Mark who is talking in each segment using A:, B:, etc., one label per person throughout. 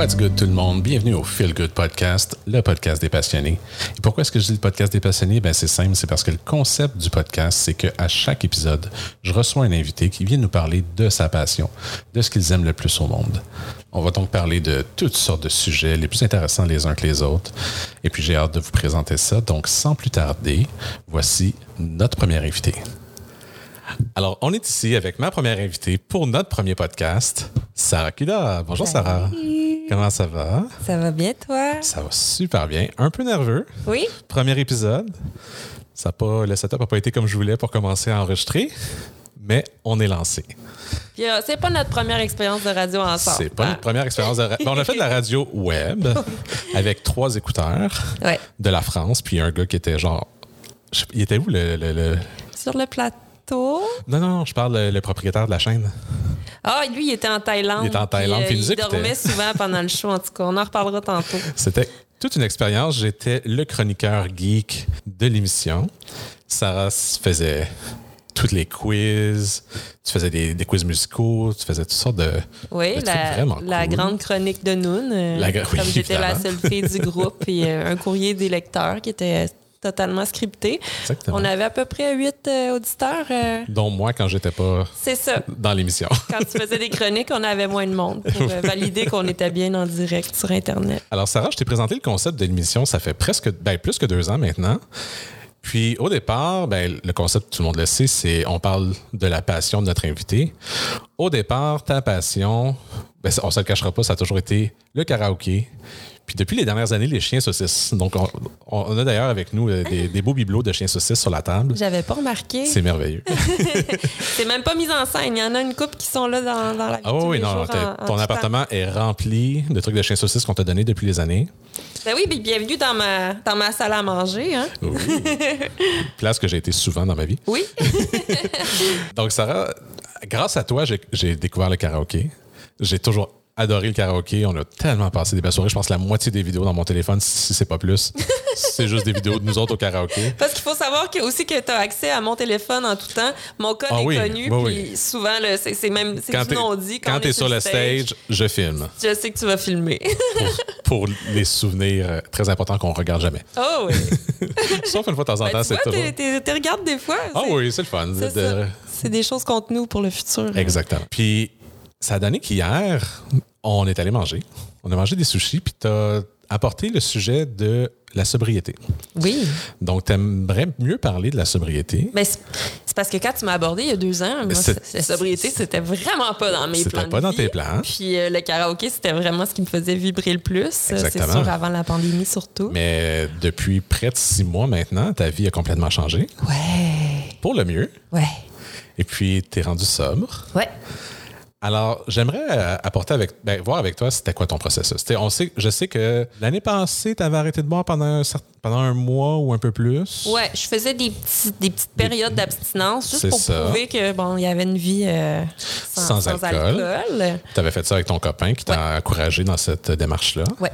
A: What's good tout le monde? Bienvenue au Feel Good Podcast, le podcast des passionnés. Et pourquoi est-ce que je dis le podcast des passionnés? Ben c'est simple, c'est parce que le concept du podcast, c'est qu'à chaque épisode, je reçois un invité qui vient nous parler de sa passion, de ce qu'ils aiment le plus au monde. On va donc parler de toutes sortes de sujets, les plus intéressants les uns que les autres. Et puis j'ai hâte de vous présenter ça. Donc sans plus tarder, voici notre premier invité. Alors, on est ici avec ma première invitée pour notre premier podcast, Sarah Kida. Bonjour Sarah. Comment ça va?
B: Ça va bien, toi?
A: Ça va super bien. Un peu nerveux.
B: Oui.
A: Premier épisode. Le setup n'a pas été comme je voulais pour commencer à enregistrer, mais on est lancé.
B: Puis, c'est pas notre première expérience de radio ensemble.
A: C'est pas notre première expérience de radio. On a fait de la radio web avec 3 écouteurs de la France, puis un gars qui était genre... Il était où le...
B: Sur le plateau?
A: Non, je parle le propriétaire de la chaîne.
B: Ah, lui, il était en Thaïlande.
A: Il était en Thaïlande, puis
B: il dormait souvent pendant le show, en tout cas. On en reparlera tantôt.
A: C'était toute une expérience. J'étais le chroniqueur geek de l'émission. Sarah faisait tous les quiz. Tu faisais des quiz musicaux. Tu faisais toutes sortes de...
B: Oui, la grande chronique de Noon. Comme j'étais la seule fille du groupe. Et un courrier des lecteurs qui était... totalement scripté.
A: Exactement.
B: On avait à peu près 8 auditeurs.
A: Dont moi, quand j'étais pas dans l'émission.
B: Quand tu faisais des chroniques, on avait moins de monde pour valider qu'on était bien en direct sur Internet.
A: Alors, Sarah, je t'ai présenté le concept de l'émission. Ça fait plus que 2 ans maintenant. Puis, au départ, le concept, tout le monde le sait, c'est on parle de la passion de notre invité. Au départ, ta passion, on ne se le cachera pas, ça a toujours été le karaoké. Puis depuis les dernières années, les chiens saucisses. Donc, on a d'ailleurs avec nous des beaux bibelots de chiens saucisses sur la table.
B: J'avais pas remarqué.
A: C'est merveilleux.
B: C'est même pas mis en scène. Il y en a une couple qui sont là dans la vie.
A: Ah oui, non. Ton appartement est rempli de trucs de chiens saucisses qu'on t'a donnés depuis les années.
B: Ben oui, bienvenue dans ma salle à manger. Hein?
A: Oui. Place que j'ai été souvent dans ma vie.
B: Oui.
A: Donc, Sarah, grâce à toi, j'ai découvert le karaoké. J'ai toujours adoré le karaoké. On a tellement passé des belles soirées. Je pense que la moitié des vidéos dans mon téléphone, si c'est pas plus, c'est juste des vidéos de nous autres au karaoké.
B: Parce qu'il faut savoir aussi que tu as accès à mon téléphone en tout temps. Mon code est connu. Puis souvent, c'est même du non-dit.
A: Quand tu es sur le stage, je filme.
B: Je sais que tu vas filmer.
A: pour les souvenirs très importants qu'on regarde jamais.
B: Oh oui.
A: Sauf une fois de temps en temps, c'est toujours...
B: Tu regardes des fois.
A: Ah oui, c'est le fun.
B: C'est des choses contre nous pour le futur.
A: Exactement. Puis, ça a donné qu'hier, on est allé manger. On a mangé des sushis, puis tu as apporté le sujet de la sobriété.
B: Oui.
A: Donc, tu aimerais mieux parler de la sobriété.
B: Mais c'est parce que quand tu m'as abordé il y a 2 ans, moi, la sobriété, c'était vraiment pas dans mes plans.
A: C'était pas dans tes plans.
B: Puis le karaoké, c'était vraiment ce qui me faisait vibrer le plus.
A: Exactement.
B: C'est sûr, avant la pandémie surtout.
A: Mais depuis près de 6 mois maintenant, ta vie a complètement changé.
B: Ouais.
A: Pour le mieux.
B: Ouais.
A: Et puis, tu es rendu sobre.
B: Ouais.
A: Alors, j'aimerais voir avec toi, c'était quoi ton processus? Je sais que l'année passée, tu avais arrêté de boire pendant un mois ou un peu plus.
B: Oui, je faisais des petites périodes d'abstinence juste pour prouver que il y avait une vie sans alcool.
A: Tu avais fait ça avec ton copain qui t'a encouragé dans cette démarche-là.
B: Oui.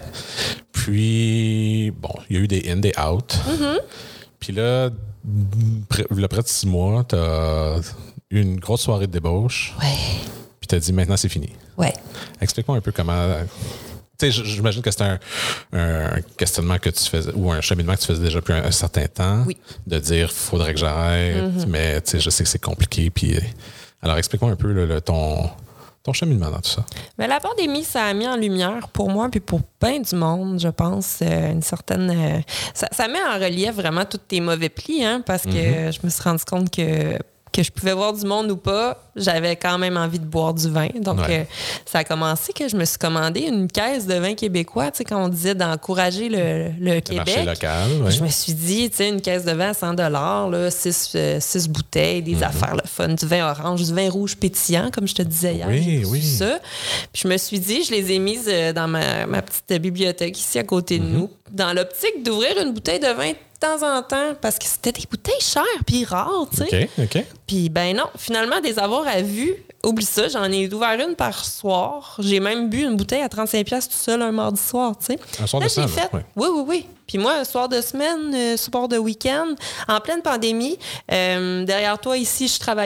A: Puis, il y a eu des in, des out.
B: Mm-hmm.
A: Puis là, près de 6 mois, tu as eu une grosse soirée de débauche.
B: Oui.
A: Puis tu as dit, maintenant, c'est fini.
B: Oui.
A: Explique-moi un peu comment... Tu sais, j'imagine que c'est un questionnement que tu faisais, ou un cheminement que tu faisais déjà depuis un certain temps.
B: Oui.
A: De dire, faudrait que j'arrête, mais tu sais, je sais que c'est compliqué. Puis, alors, explique-moi un peu ton cheminement dans tout ça.
B: Mais la pandémie, ça a mis en lumière pour moi puis pour bien du monde, je pense, une certaine... ça met en relief vraiment tous tes mauvais plis, hein, parce que je me suis rendu compte que je pouvais voir du monde ou pas, j'avais quand même envie de boire du vin. Donc, ça a commencé que je me suis commandé une caisse de vin québécois. Tu sais, quand on disait d'encourager le Québec.
A: Marché local, oui.
B: Je me suis dit, tu sais, une caisse de vin à 100 $, 6 bouteilles, des affaires, le fun, du vin orange, du vin rouge pétillant, comme je te disais hier.
A: Oui.
B: Ça. Puis je me suis dit, je les ai mises dans ma petite bibliothèque ici à côté de nous, dans l'optique d'ouvrir une bouteille de vin de temps en temps, parce que c'était des bouteilles chères puis rares, tu sais.
A: OK.
B: Puis non, finalement, des avoirs à vue, oublie ça, j'en ai ouvert une par soir. J'ai même bu une bouteille à 35$ tout seul un mardi soir, tu sais.
A: Un soir de semaine,
B: Oui. Puis moi, un soir de semaine, soir de week-end, en pleine pandémie, derrière toi ici, je travaillais.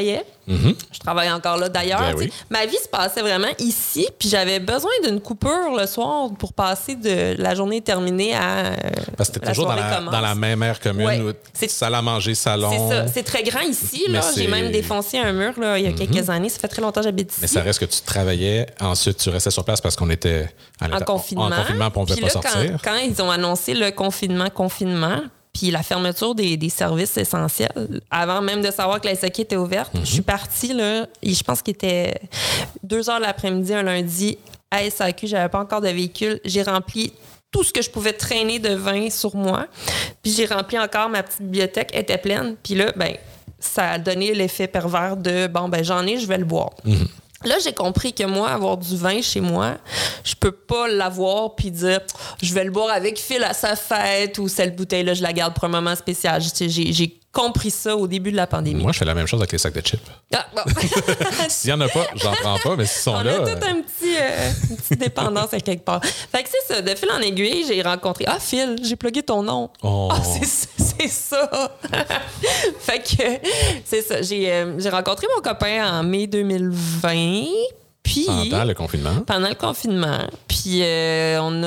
B: Je travaille encore là. D'ailleurs,
A: Ben oui.
B: ma vie se passait vraiment ici, puis j'avais besoin d'une coupure le soir pour passer de la journée terminée à
A: Parce que t'es
B: la
A: toujours
B: soirée
A: dans
B: commence.
A: la même aire commune,
B: Ouais.
A: où
B: C'est-
A: salle à manger, salon.
B: C'est ça. C'est très grand ici.
A: Mais
B: Là.
A: c'est-
B: J'ai même défoncé un mur là, il y a quelques années. Ça fait très longtemps que j'habite ici.
A: Mais ça reste que tu travaillais, ensuite tu restais sur place parce qu'on était
B: En confinement.
A: En confinement, puis on ne pouvait
B: Puis
A: pas
B: là,
A: sortir.
B: Quand ils ont annoncé le confinement, puis la fermeture des services essentiels, avant même de savoir que la SAQ était ouverte, je suis partie, là, et je pense qu'il était 2h l'après-midi, un lundi, à SAQ. J'avais pas encore de véhicule. J'ai rempli tout ce que je pouvais traîner de vin sur moi. Puis j'ai rempli encore ma petite bibliothèque, elle était pleine. Puis là, ben, ça a donné l'effet pervers de, bon, ben j'en ai, je vais le boire. Là, j'ai compris que moi, avoir du vin chez moi, je peux pas l'avoir puis dire je vais le boire avec Phil à sa fête ou cette bouteille-là, je la garde pour un moment spécial. J'ai compris ça au début de la pandémie.
A: Moi, je fais la même chose avec les sacs de chips.
B: Ah, bon.
A: S'il n'y en a pas, j'en prends pas, mais s'ils sont
B: On
A: là.
B: a toute une petite dépendance à quelque part. Fait que c'est ça. De fil en aiguille, j'ai rencontré... Ah, Phil, j'ai plugué ton nom.
A: Oh.
B: Ah, c'est ça. Fait que c'est ça. J'ai rencontré mon copain en mai 2020. Puis...
A: Pendant le confinement.
B: Pendant le confinement. Puis on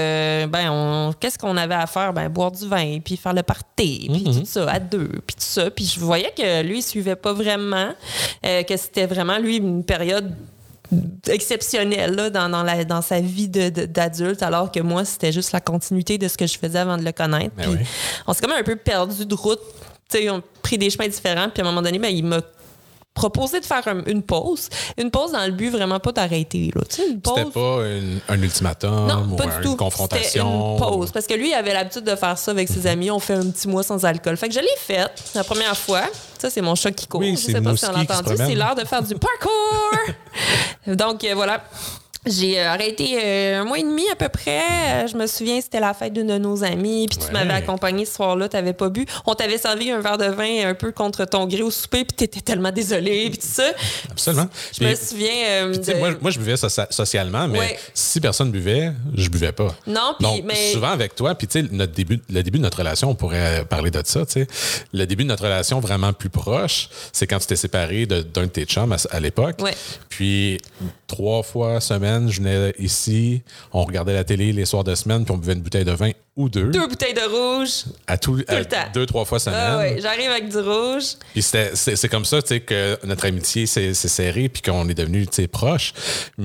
B: a... qu'est-ce qu'on avait à faire? Ben, boire du vin, puis faire le party, puis tout ça, à deux, puis tout ça. Puis je voyais que lui, il suivait pas vraiment, que c'était vraiment, lui, une période exceptionnelle là, dans sa vie d'adulte, alors que moi, c'était juste la continuité de ce que je faisais avant de le connaître.
A: Ben
B: Puis
A: oui.
B: on s'est comme un peu perdu de route. Tu sais, on a pris des chemins différents. Puis à un moment donné, ben, il m'a proposé de faire une pause. Une pause dans le but vraiment pas d'arrêter. Là. Tu sais, une pause...
A: C'était pas un ultimatum
B: Non,
A: ou
B: pas du tout.
A: une confrontation.
B: C'était une pause. Parce que lui, il avait l'habitude de faire ça avec ses amis. On fait un petit mois sans alcool. Fait que je l'ai fait la première fois. Ça, c'est mon chat qui court.
A: Oui,
B: Je
A: c'est
B: sais pas si
A: Mouski
B: on l'a
A: qui se
B: entendu.
A: promène.
B: C'est l'heure de faire du parkour. Donc, voilà. J'ai arrêté un mois et demi à peu près. Je me souviens, c'était la fête d'une de nos amies. Puis tu
A: Ouais.
B: m'avais accompagné ce soir-là. Tu n'avais pas bu. On t'avait servi un verre de vin un peu contre ton gré au souper. Puis tu étais tellement désolée. Puis tout ça.
A: Absolument.
B: Je me souviens.
A: Puis, tu sais, moi, je buvais socialement, mais
B: Ouais.
A: si personne buvait, je buvais pas.
B: Non, puis
A: Donc,
B: mais
A: souvent avec toi, puis tu sais, le début de notre relation, on pourrait parler de ça, tu sais. Le début de notre relation vraiment plus proche, c'est quand tu t'es séparé d'un de tes chums à l'époque.
B: Ouais.
A: Puis 3 fois semaine, je venais ici, on regardait la télé les soirs de semaine, puis on buvait une bouteille de vin ou deux.
B: 2 bouteilles de rouge.
A: À
B: le temps.
A: 2-3 fois semaine.
B: Ah ouais, j'arrive avec du rouge.
A: Puis c'est comme ça, tu sais, que notre amitié s'est serrée puis qu'on est devenus, tu sais, proches.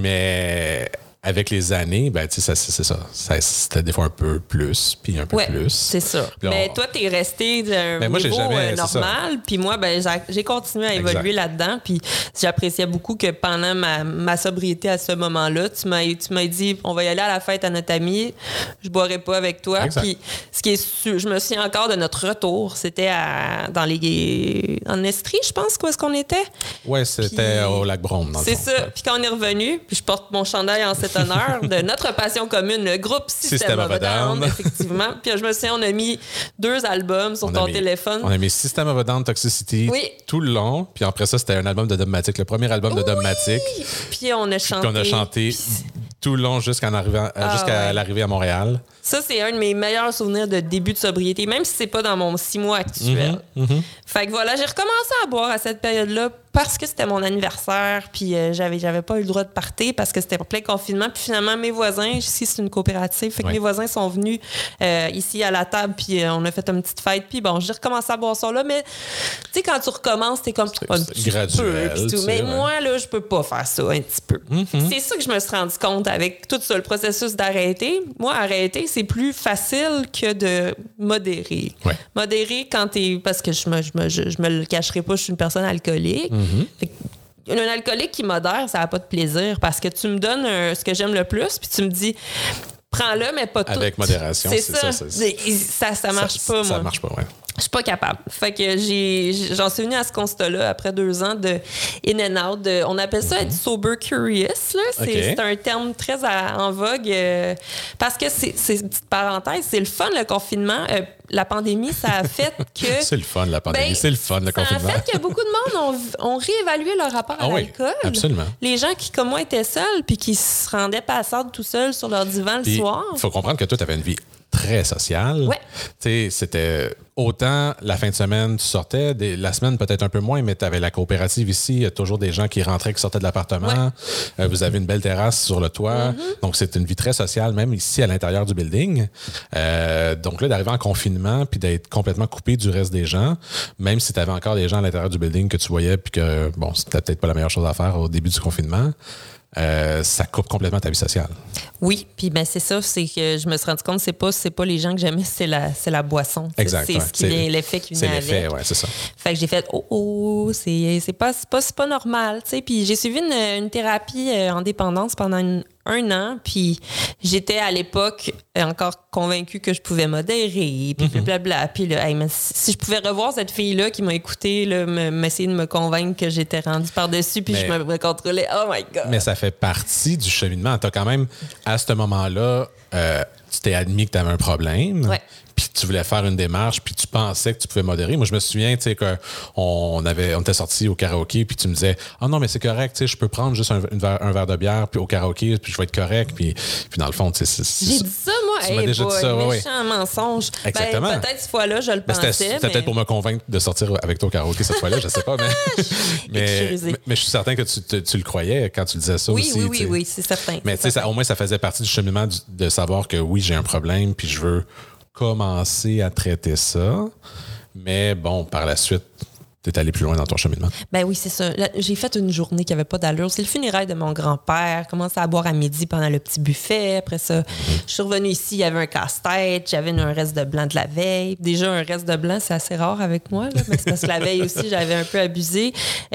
A: Mais avec les années, ben, tu sais, c'est ça. C'était des fois un peu plus, puis un peu plus.
B: C'est ça.
A: Puis
B: Mais toi, t'es resté d'un
A: Ben, moi, j'ai
B: niveau
A: jamais- c'est
B: normal. Puis moi, ben, j'ai continué à évoluer là-dedans. Puis j'appréciais beaucoup que pendant ma sobriété à ce moment-là, tu m'as dit, on va y aller à la fête à notre ami. Je boirai pas avec toi.
A: Exact.
B: Puis ce qui est je me souviens encore de notre retour. C'était en Estrie, je pense, où est-ce qu'on était?
A: Ouais, c'était
B: Puis-
A: au Lac Brome, dans le
B: C'est
A: fond.
B: ça. Puis quand on est revenu, puis je porte mon chandail en cet honneur de notre passion commune, le groupe System of a Down, effectivement. Puis je me souviens, on a mis 2 albums sur ton téléphone.
A: On a mis System of a Down, Toxicity
B: Oui.
A: tout le long. Puis après ça, c'était un album de Dogmatic, le premier album de Dogmatic.
B: Puis on a chanté.
A: Qu'on a chanté tout le long jusqu'à
B: ouais.
A: l'arrivée à Montréal.
B: Ça, c'est un de mes meilleurs souvenirs de début de sobriété, même si c'est pas dans mon 6 mois actuel. Fait que voilà, j'ai recommencé à boire à cette période-là parce que c'était mon anniversaire, puis j'avais pas eu le droit de partir parce que c'était plein confinement. Puis finalement, mes voisins, ici, c'est une coopérative, fait que
A: Ouais.
B: mes voisins sont venus ici à la table, puis on a fait une petite fête. Puis bon, j'ai recommencé à boire ça là, mais tu sais, quand tu recommences, t'es comme un petit
A: graduel,
B: peu, puis tout.
A: tu sais,
B: Mais
A: ouais.
B: moi, là, je peux pas faire ça un petit peu. C'est ça que je me suis rendu compte avec tout ça, le processus d'arrêter. Moi, arrêter, c'est plus facile que de modérer.
A: Ouais.
B: Modérer quand t'es... Parce que je me le cacherai pas, je suis une personne alcoolique. Fait que un alcoolique qui modère, ça n'a pas de plaisir parce que tu me donnes ce que j'aime le plus, puis tu me dis... Prends-le, mais pas tout.
A: Avec modération,
B: c'est
A: c'est
B: ça.
A: ça.
B: Ça marche pas, moi.
A: Ça marche pas, ouais.
B: Je suis pas capable. Fait que j'en suis venue à ce constat-là après 2 ans de in and out. On appelle ça être sober curious. Là. C'est un terme très en vogue parce que c'est une petite parenthèse. C'est le fun, le confinement. La pandémie, ça a fait que...
A: C'est le fun, la pandémie.
B: Ben,
A: c'est le fun, le confinement.
B: Ça a fait que beaucoup de monde ont réévalué leur rapport à
A: oui,
B: l'alcool.
A: absolument.
B: Les gens qui, comme moi, étaient seuls puis qui se rendaient passardes tout seuls sur leur divan le soir.
A: Il faut comprendre que toi, tu avais une vie très social.
B: Ouais.
A: Tu sais, c'était autant la fin de semaine, tu sortais, la semaine peut-être un peu moins, mais tu avais la coopérative ici, il y a toujours des gens qui rentraient, qui sortaient de l'appartement. Ouais. Vous avez une belle terrasse sur le toit. Donc, c'est une vie très sociale, même ici à l'intérieur du building. Donc là, d'arriver en confinement puis d'être complètement coupé du reste des gens, même si tu avais encore des gens à l'intérieur du building que tu voyais puis que, bon, c'était peut-être pas la meilleure chose à faire au début du confinement, ça coupe complètement ta vie sociale.
B: Oui, puis ben c'est ça, c'est que je me suis rendu compte, c'est pas les gens que j'aimais, c'est la boisson.
A: Exact.
B: C'est ce qui vient, l'effet qui vient avec. C'est l'effet,
A: ouais, c'est ça.
B: Fait que j'ai fait c'est pas normal, tu sais. Puis j'ai suivi une thérapie en dépendance pendant un an, puis j'étais à l'époque encore convaincue que je pouvais modérer, puis blablabla. Puis là, hey, si je pouvais revoir cette fille-là qui m'a écouté, m'essayer de me convaincre que j'étais rendue par-dessus, puis je me contrôlais. Oh my God!
A: Mais ça fait partie du cheminement. T'as quand même, à ce moment-là, tu t'es admis que tu avais un problème.
B: Ouais.
A: Puis tu voulais faire une démarche, puis tu pensais que tu pouvais modérer. Moi, je me souviens, tu sais, qu'on était sortis au karaoké, puis tu me disais, ah non, mais c'est correct, tu sais, je peux prendre juste un verre de bière, puis au karaoké, puis je vais être correct. Puis dans le fond, tu sais,
B: j'ai dit ça, moi.
A: Tu m'as déjà dit ça,
B: méchant mensonge.
A: Exactement.
B: Ben, peut-être cette fois-là, je le pensais.
A: C'était peut-être pour me convaincre de sortir avec toi au karaoké cette fois-là, je sais pas, mais je suis certain que tu le croyais quand tu disais ça aussi.
B: Oui, c'est certain.
A: Mais tu sais, au moins, ça faisait partie du cheminement de savoir que oui, j'ai un problème, puis je veux commencer à traiter ça. Mais bon, par la suite, t'es allé plus loin dans ton cheminement.
B: Ben oui, c'est ça. Là, j'ai fait une journée qui avait pas d'allure. C'est le funérail de mon grand-père. Commencé à boire à midi pendant le petit buffet. Après ça, je suis revenue ici, il y avait un casse-tête. J'avais un reste de blanc de la veille. Déjà, un reste de blanc, c'est assez rare avec moi. Là, mais c'est parce que la veille aussi, j'avais un peu abusé.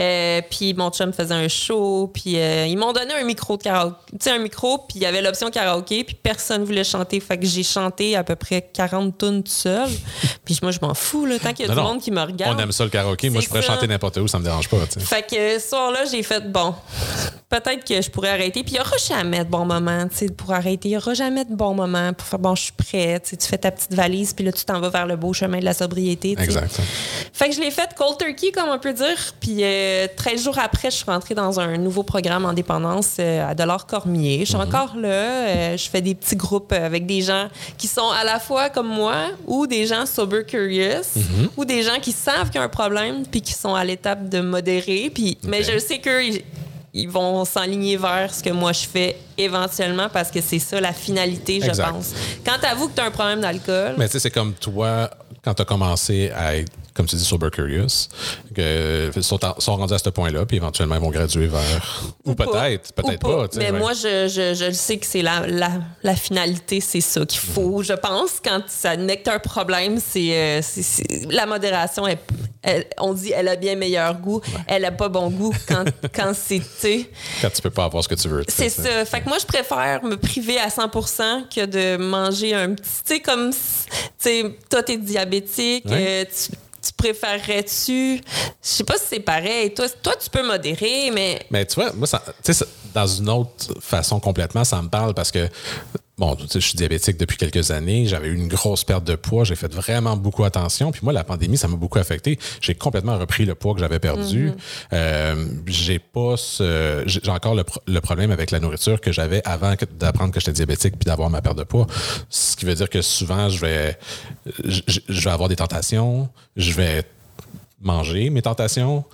B: Puis mon chum faisait un show. Puis ils m'ont donné un micro de karaoké. Tu sais, un micro, puis il y avait l'option karaoké. Puis personne voulait chanter. Fait que j'ai chanté à peu près 40 tunes tout seul. Puis moi, je m'en fous. Là, tant qu'il y a du monde qui me regarde.
A: On aime ça, le karaoké. Moi, je pourrais chanter n'importe où, ça me dérange pas. T'sais.
B: Fait que ce soir-là, j'ai fait, bon, peut-être que je pourrais arrêter. Puis il n'y aura jamais de bon moment, tu sais, pour arrêter. Il n'y aura jamais de bon moment pour faire, bon, je suis prête. Tu fais ta petite valise, puis là, tu t'en vas vers le beau chemin de la sobriété. T'sais.
A: Exact.
B: Fait que je l'ai fait cold turkey, comme on peut dire. Puis 13 jours après, je suis rentrée dans un nouveau programme en dépendance à $Cormier. Je suis encore là. Je fais des petits groupes avec des gens qui sont à la fois comme moi ou des gens sober curious ou des gens qui savent qu'il y a un problème puis qui sont à l'étape de modérer. Puis, mais je sais qu'eux, ils vont s'enligner vers ce que moi je fais éventuellement parce que c'est ça la finalité, je pense. Quand t'avoues que t'as un problème d'alcool...
A: Mais tu sais, c'est comme toi, quand t'as commencé à être, comme tu dis, sober curious, que sont rendus à ce point-là, puis éventuellement, ils vont graduer vers... Ou peut-être pas.
B: Mais moi, je le sais que c'est la finalité, c'est ça qu'il faut, je pense. Quand ça n'est que t'as un problème, c'est la modération, on dit elle a bien meilleur goût, elle a pas bon goût quand c'est, tu sais...
A: Quand tu peux pas avoir ce que tu veux.
B: C'est ça. Fait que moi, je préfère me priver à 100% que de manger un petit... Tu sais, comme... Tu sais, toi, t'es diabétique, tu préférerais-tu... Je sais pas si c'est pareil. Toi, tu peux modérer, mais...
A: Mais tu vois, moi, dans une autre façon complètement, ça me parle parce que, bon, tu sais, je suis diabétique depuis quelques années. J'avais eu une grosse perte de poids. J'ai fait vraiment beaucoup attention. Puis moi, la pandémie, ça m'a beaucoup affecté. J'ai complètement repris le poids que j'avais perdu. J'ai encore le problème avec la nourriture que j'avais avant d'apprendre que j'étais diabétique puis d'avoir ma perte de poids. Ce qui veut dire que souvent, je vais avoir des tentations. Je vais manger mes tentations.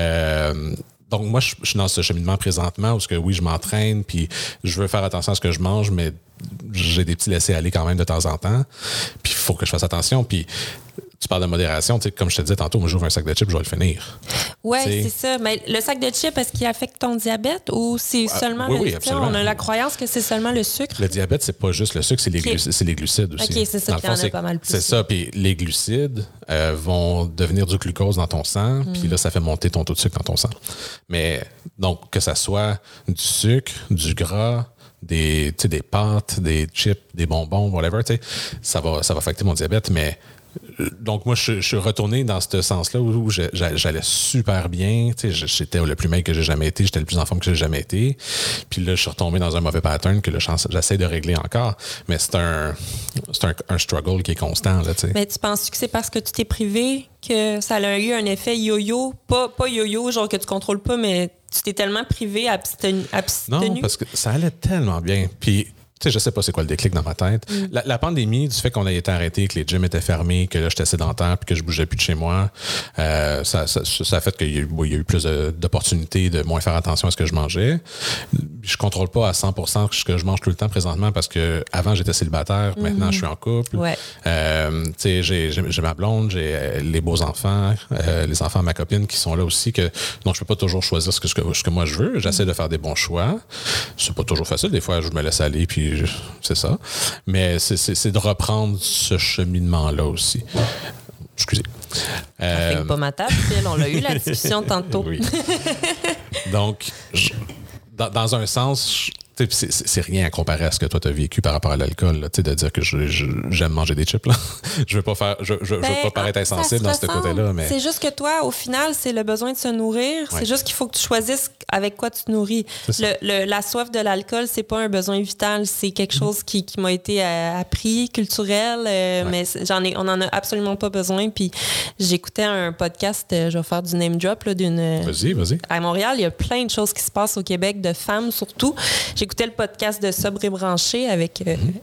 A: Donc, moi, je suis dans ce cheminement présentement où oui, je m'entraîne, puis je veux faire attention à ce que je mange, mais j'ai des petits laissés-aller quand même de temps en temps. Puis, il faut que je fasse attention. Puis, tu parles de modération, tu sais, comme je te disais tantôt, moi, j'ouvre un sac de chips, je vais le finir.
B: Oui, c'est ça. Mais le sac de chips, est-ce qu'il affecte ton diabète ou c'est seulement
A: oui, absolument.
B: On a la croyance que c'est seulement le sucre?
A: Le diabète, c'est pas juste le sucre, c'est les glucides aussi.
B: OK, c'est ça qui en a pas mal plus.
A: C'est ça, puis les glucides vont devenir du glucose dans ton sang, puis là, ça fait monter ton taux de sucre dans ton sang. Mais donc, que ça soit du sucre, du gras, des pâtes, des chips, des bonbons, whatever, ça va affecter mon diabète, mais donc, moi, je suis retourné dans ce sens-là où j'allais super bien. J'étais le plus maigre que j'ai jamais été. J'étais le plus en forme que j'ai jamais été. Puis là, je suis retombé dans un mauvais pattern que j'essaie de régler encore. Mais c'est un struggle qui est constant. Là,
B: mais tu penses que c'est parce que tu t'es privé que ça a eu un effet yo-yo? Pas yo-yo, genre que tu contrôles pas, mais tu t'es tellement privé, abstenu?
A: Non, parce que ça allait tellement bien. Puis, sais, je sais pas c'est quoi le déclic dans ma tête. La pandémie, du fait qu'on a été arrêté, que les gyms étaient fermés, que là, j'étais sédentaire puis que je bougeais plus de chez moi, ça a fait qu'il y a eu plus d'opportunités de moins faire attention à ce que je mangeais. Je contrôle pas à 100% ce que je mange tout le temps présentement parce que avant j'étais célibataire, maintenant je suis en couple.
B: Ouais.
A: Tu sais, j'ai ma blonde, j'ai les beaux enfants, les enfants de ma copine qui sont là aussi, donc je peux pas toujours choisir ce que moi je veux. J'essaie de faire des bons choix. C'est pas toujours facile. Des fois, je me laisse aller, puis c'est ça. Mais c'est de reprendre ce cheminement-là aussi. Excusez.
B: Ça fait pas ma table, Phil. On l'a eu, la discussion tantôt.
A: Oui. Donc, dans un sens, c'est rien à comparer à ce que toi tu as vécu par rapport à l'alcool, là, de dire que j'aime manger des chips. Là. Je veux pas veux pas paraître insensible dans ce côté-là. Mais...
B: C'est juste que toi, au final, c'est le besoin de se nourrir. Ouais. C'est juste qu'il faut que tu choisisses avec quoi tu te nourris. La soif de l'alcool, c'est pas un besoin vital, c'est quelque chose qui m'a été appris, culturel, mais on en a absolument pas besoin. Puis j'écoutais un podcast, je vais faire du name drop, là,
A: Vas-y.
B: À Montréal, il y a plein de choses qui se passent au Québec, de femmes surtout. J'écoutais le podcast de Sobre et Branché avec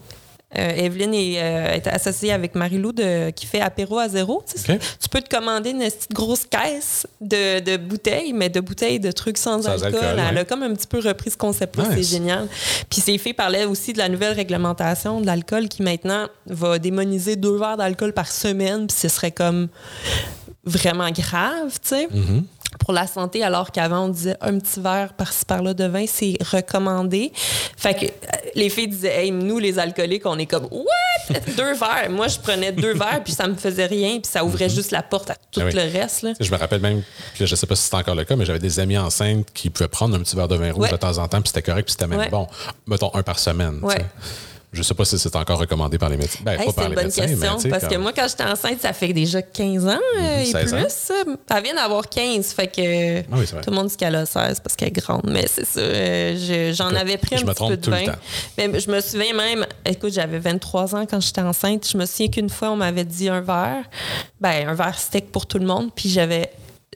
B: Evelyne est associée avec Marie-Lou qui fait Apéro à zéro. Okay. Tu peux te commander une petite grosse caisse de bouteilles, mais de bouteilles de trucs sans alcool. Elle a comme un petit peu repris ce concept-là. Nice. C'est génial. Puis ses filles parlaient aussi de la nouvelle réglementation de l'alcool qui maintenant va démoniser 2 verres d'alcool par semaine. Puis ce serait comme vraiment grave, tu sais. Mm-hmm. Pour la santé, alors qu'avant, on disait un petit verre par-ci par-là de vin, c'est recommandé. Fait que les filles disaient, hey, nous, les alcooliques, on est comme, what? 2 verres. Moi, je prenais 2 verres, puis ça me faisait rien, puis ça ouvrait juste la porte à tout le reste. Là.
A: Je me rappelle même, puis je sais pas si c'est encore le cas, mais j'avais des amis enceintes qui pouvaient prendre un petit verre de vin rouge de temps en temps, puis c'était correct, puis c'était même bon. Mettons, 1 par semaine. Ouais. Je ne sais pas si c'est encore recommandé par les médecins. Ben, pas par les médecins, mais
B: c'est une bonne question, parce que moi, quand j'étais enceinte, ça fait déjà 15 ans et plus. Ans. Elle vient d'avoir 15, fait que tout le monde dit qu'elle a 16 parce qu'elle est grande. Mais c'est ça, j'en avais pris un petit peu de vin. Mais je me souviens même, écoute, j'avais 23 ans quand j'étais enceinte. Je me souviens qu'une fois, on m'avait dit un verre steak pour tout le monde, puis j'avais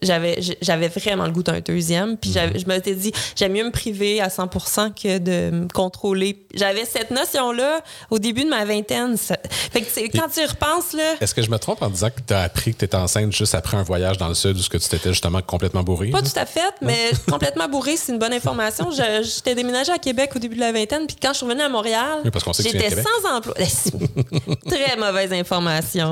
B: vraiment le goût d'un deuxième. Puis je m'étais dit, j'aime mieux me priver à 100% que de me contrôler. J'avais cette notion-là au début de ma vingtaine. Fait que quand tu y repenses, là...
A: Est-ce que je me trompe en disant que tu as appris que tu étais enceinte juste après un voyage dans le sud où tu t'étais justement complètement bourrée?
B: Pas tout à fait, mais complètement bourrée, c'est une bonne information. J'étais déménagée à Québec au début de la vingtaine, puis quand je suis revenue à Montréal, j'étais sans emploi. Très mauvaise information.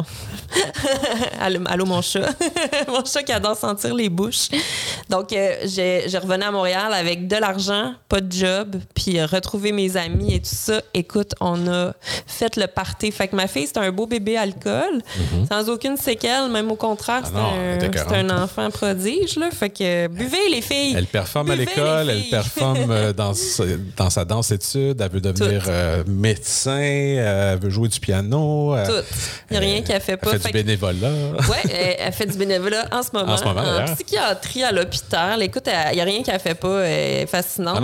B: Allô, mon chat. Mon chat qui adore sentir les bouches. Donc, j'ai revenu à Montréal avec de l'argent, pas de job, puis retrouver mes amis et tout ça. Écoute, on a fait le party. Fait que ma fille, c'était un beau bébé alcool, sans aucune séquelle, même au contraire, c'était un enfant prodige. Là. Fait que buvez, les filles!
A: Elle performe à l'école, elle performe dans sa danse-études, elle veut devenir médecin, elle veut jouer du piano.
B: Tout. Il n'y a rien qu'elle fait pas.
A: Elle fait du bénévolat.
B: Oui, elle fait du bénévolat en ce moment. En psychiatrie à l'hôpital. Écoute, il n'y a rien qu'elle fait pas. Elle est fascinante.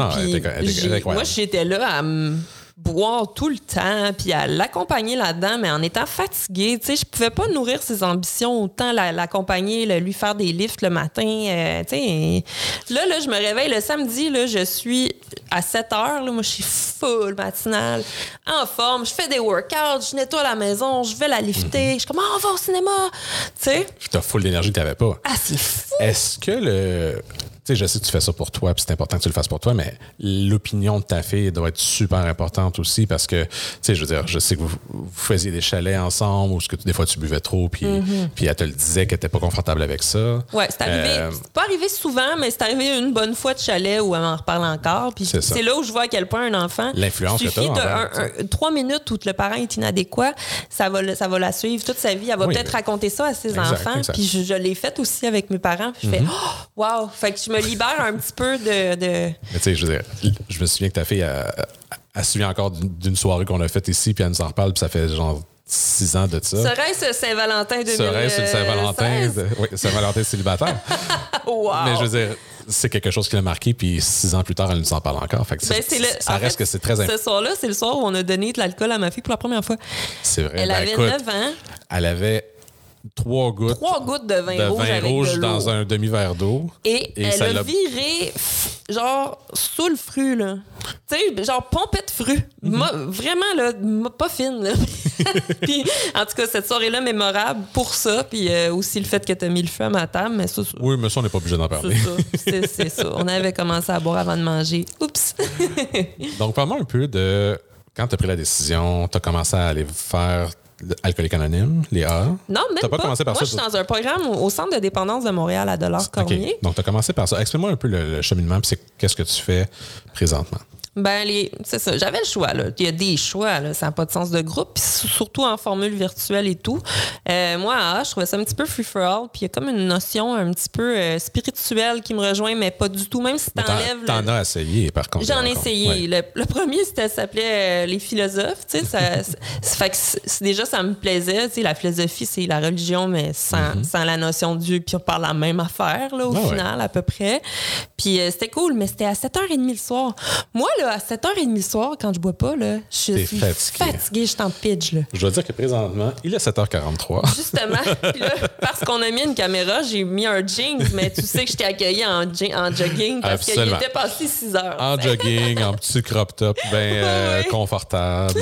B: Moi, j'étais là à boire tout le temps, puis à l'accompagner là-dedans, mais en étant fatiguée. Tu sais, je pouvais pas nourrir ses ambitions, autant l'accompagner, lui faire des lifts le matin. Tu sais, là, je me réveille le samedi, là, je suis à 7 heures, là, moi, je suis full matinale, en forme, je fais des workouts, je nettoie la maison, je vais la lifter, je suis comme, on va au cinéma, tu sais.
A: Tu as full d'énergie que tu n'avais pas.
B: Ah, c'est fou!
A: Est-ce que tu sais, je sais que tu fais ça pour toi, puis c'est important que tu le fasses pour toi, mais l'opinion de ta fille doit être super importante aussi parce que, tu sais, je veux dire, je sais que vous faisiez des chalets ensemble ou que des fois tu buvais trop, puis elle te le disait qu'elle n'était pas confortable avec ça.
B: Oui, c'est arrivé. C'est pas arrivé souvent, mais c'est arrivé une bonne fois de chalet où elle m'en reparle encore. Puis c'est là où je vois à quel point un enfant.
A: L'influence que tu
B: as. 3 minutes où le parent est inadéquat, ça va la suivre toute sa vie. Elle va peut-être raconter ça à ses enfants.
A: Exact.
B: Puis je l'ai fait aussi avec mes parents. Puis je fais, oh, wow! Fait que je me libère un petit peu de...
A: Mais tu sais, je veux dire, je me souviens que ta fille, elle se souvient encore d'une soirée qu'on a faite ici, puis elle nous en reparle, puis ça fait genre 6 ans de ça.
B: Serait-ce Saint-Valentin 2016? Serait-ce
A: Saint-Valentin? Oui, Saint-Valentin célibataire.
B: Wow!
A: Mais je veux dire, c'est quelque chose qui l'a marqué, puis 6 ans plus tard, elle nous en parle encore. Fait que ça reste que c'est très important.
B: Ce soir-là, c'est le soir où on a donné de l'alcool à ma fille pour la première fois.
A: C'est vrai.
B: Elle avait 9 ans.
A: Elle avait 3 gouttes
B: de vin rouge
A: dans un demi-verre d'eau.
B: Et elle a viré, genre, sous le fru, là. Tu sais, genre pompette fruits. Vraiment, là, pas fine, là. Puis, en tout cas, cette soirée-là, mémorable pour ça. Puis aussi le fait que t'as mis le feu à ma table. Mais ça,
A: oui, mais ça, on n'est pas obligé d'en parler.
B: C'est ça. On avait commencé à boire avant de manger. Oups!
A: Donc, parle-moi un peu de quand tu as pris la décision, tu as commencé à aller faire Alcooliques Anonymes, les A.
B: Non, même pas.
A: Commencé par
B: Moi,
A: ça,
B: je suis dans un programme au Centre de dépendance de Montréal à Dollars-Cormier.
A: Okay. Donc, tu as commencé par ça. Explique-moi un peu le cheminement, puis qu'est-ce que tu fais présentement?
B: Ben, c'est ça. J'avais le choix, là. Il y a des choix, là. Ça n'a pas de sens de groupe, puis surtout en formule virtuelle et tout. Moi, à A, je trouvais ça un petit peu free-for-all, puis il y a comme une notion un petit peu spirituelle qui me rejoint, mais pas du tout, même si t'enlèves...
A: T'en as essayé, par contre.
B: J'en ai essayé. Ouais. Le premier, s'appelait Les philosophes, tu sais. Fait que déjà, ça me plaisait. Tu sais, la philosophie, c'est la religion, mais sans la notion de Dieu, puis on parle la même affaire, là, au final, à peu près. Puis c'était cool, mais c'était à 7h30 le soir. Moi, là, à 7h30 le soir, quand je bois pas, là, je suis fatiguée, je suis en pitch, là.
A: Je dois dire que présentement, il est 7h43.
B: Justement. Puis là, parce qu'on a mis une caméra, j'ai mis un jeans, mais tu sais que je t'ai accueilli en jogging parce qu'il était passé 6h.
A: En jogging, en petit crop top, bien confortable.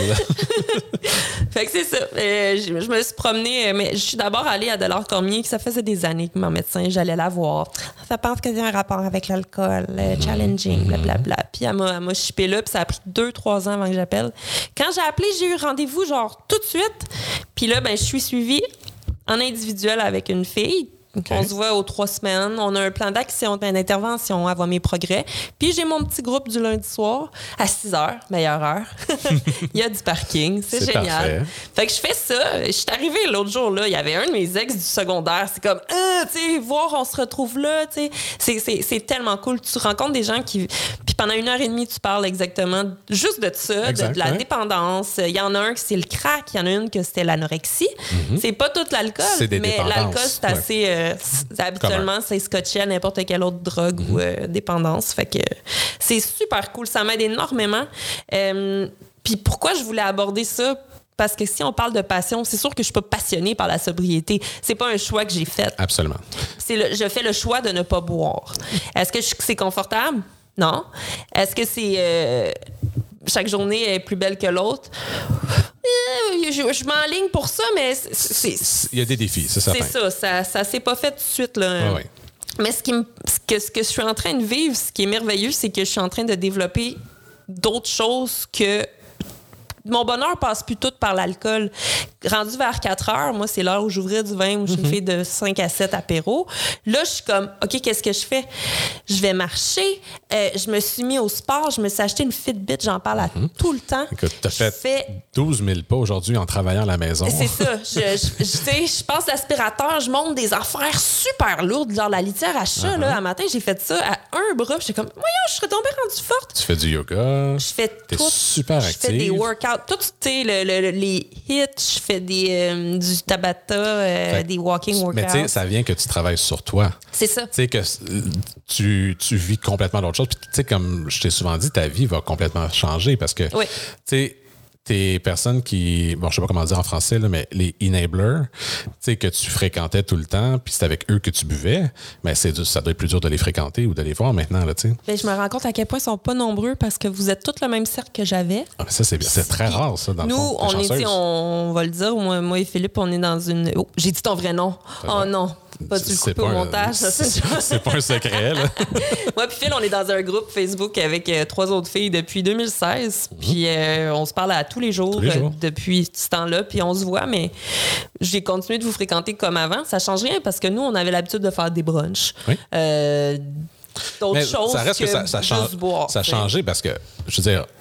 B: Fait que c'est ça. Je me suis promenée, mais je suis d'abord allée à Dollars-Cormier, que ça faisait des années que mon médecin, j'allais la voir. Ça pense qu'il y a un rapport avec l'alcool, challenging, blablabla. Puis elle m'a chippé là, puis ça a pris 2-3 ans avant que j'appelle. Quand j'ai appelé, j'ai eu rendez-vous genre tout de suite. Puis là, ben je suis suivie en individuel avec une fille. Okay. On se voit aux 3 semaines. On a un plan d'action, d'intervention, à voir mes progrès. Puis j'ai mon petit groupe du lundi soir à 6h, meilleure heure. Il y a du parking. C'est génial. Parfait. Fait que je fais ça. Je suis arrivée l'autre jour, là. Il y avait un de mes ex du secondaire. C'est comme, tu sais, voir, on se retrouve là. Tu sais, c'est tellement cool. Tu rencontres des gens qui. Puis pendant 1h30, tu parles exactement juste de ça, de la dépendance. Il y en a un qui c'est le crack. Il y en a une que c'était l'anorexie. C'est pas tout l'alcool, mais l'alcool, c'est assez. Habituellement, c'est scotché à n'importe quelle autre drogue ou dépendance. Fait que c'est super cool. Ça m'aide énormément. Puis pourquoi je voulais aborder ça? Parce que si on parle de passion, c'est sûr que je suis pas passionnée par la sobriété. C'est pas un choix que j'ai fait.
A: Absolument.
B: Je fais le choix de ne pas boire. Est-ce que c'est confortable? Non. Est-ce que c'est... chaque journée est plus belle que l'autre? Je m'enligne pour ça, mais
A: il y a des défis, c'est ça.
B: C'est ça s'est pas fait tout de suite, là.
A: Ouais.
B: Mais ce que je suis en train de vivre, ce qui est merveilleux, c'est que je suis en train de développer d'autres choses que... Mon bonheur passe plus tout par l'alcool. Rendu vers 4 heures, moi, c'est l'heure où j'ouvrais du vin, où je fais de 5 à 7 apéros. Là, je suis comme, OK, qu'est-ce que je fais? Je vais marcher. Je me suis mis au sport. Je me suis acheté une Fitbit. J'en parle à tout le temps.
A: Écoute, tu as fait 12 000 pas aujourd'hui en travaillant à la maison.
B: C'est ça. Je passe l'aspirateur, je monte des affaires super lourdes, genre la litière à chat. Là, un matin, j'ai fait ça à un bras. J'étais comme, voyons, je serais tombée rendue forte.
A: Tu fais du yoga.
B: Je fais tout.
A: T'es super active.
B: Je fais des workouts. Tout, tu sais, les hits, je fais du Tabata, des walking workouts.
A: Mais tu sais, ça vient que tu travailles sur toi.
B: C'est ça.
A: Tu sais, que tu vis complètement d'autres choses. Puis, tu sais, comme je t'ai souvent dit, ta vie va complètement changer parce que, tu sais, tes personnes qui, bon, je sais pas comment dire en français, là, mais les enablers, tu sais, que tu fréquentais tout le temps, puis c'est avec eux que tu buvais, mais ça doit être plus dur de les fréquenter ou de les voir maintenant, là, tu sais.
B: Bien, je me rends compte à quel point ils sont pas nombreux parce que vous êtes tous le même cercle que j'avais.
A: Ah, mais ça, c'est très rare, ça, dans le fond.
B: Nous, on va le dire, moi et Philippe, on est dans une... Oh, j'ai dit ton vrai nom. Oh non. Pas dû le couper au montage.
A: C'est pas un secret, là.
B: Moi puis Phil, on est dans un groupe Facebook avec 3 autres filles depuis 2016. Puis on se parle à tous les jours depuis ce temps-là. Puis on se voit, mais j'ai continué de vous fréquenter comme avant. Ça change rien parce que nous, on avait l'habitude de faire des brunchs.
A: Oui.
B: D'autres choses
A: ça reste que ça
B: juste boire.
A: Ça a changé parce que, je veux dire,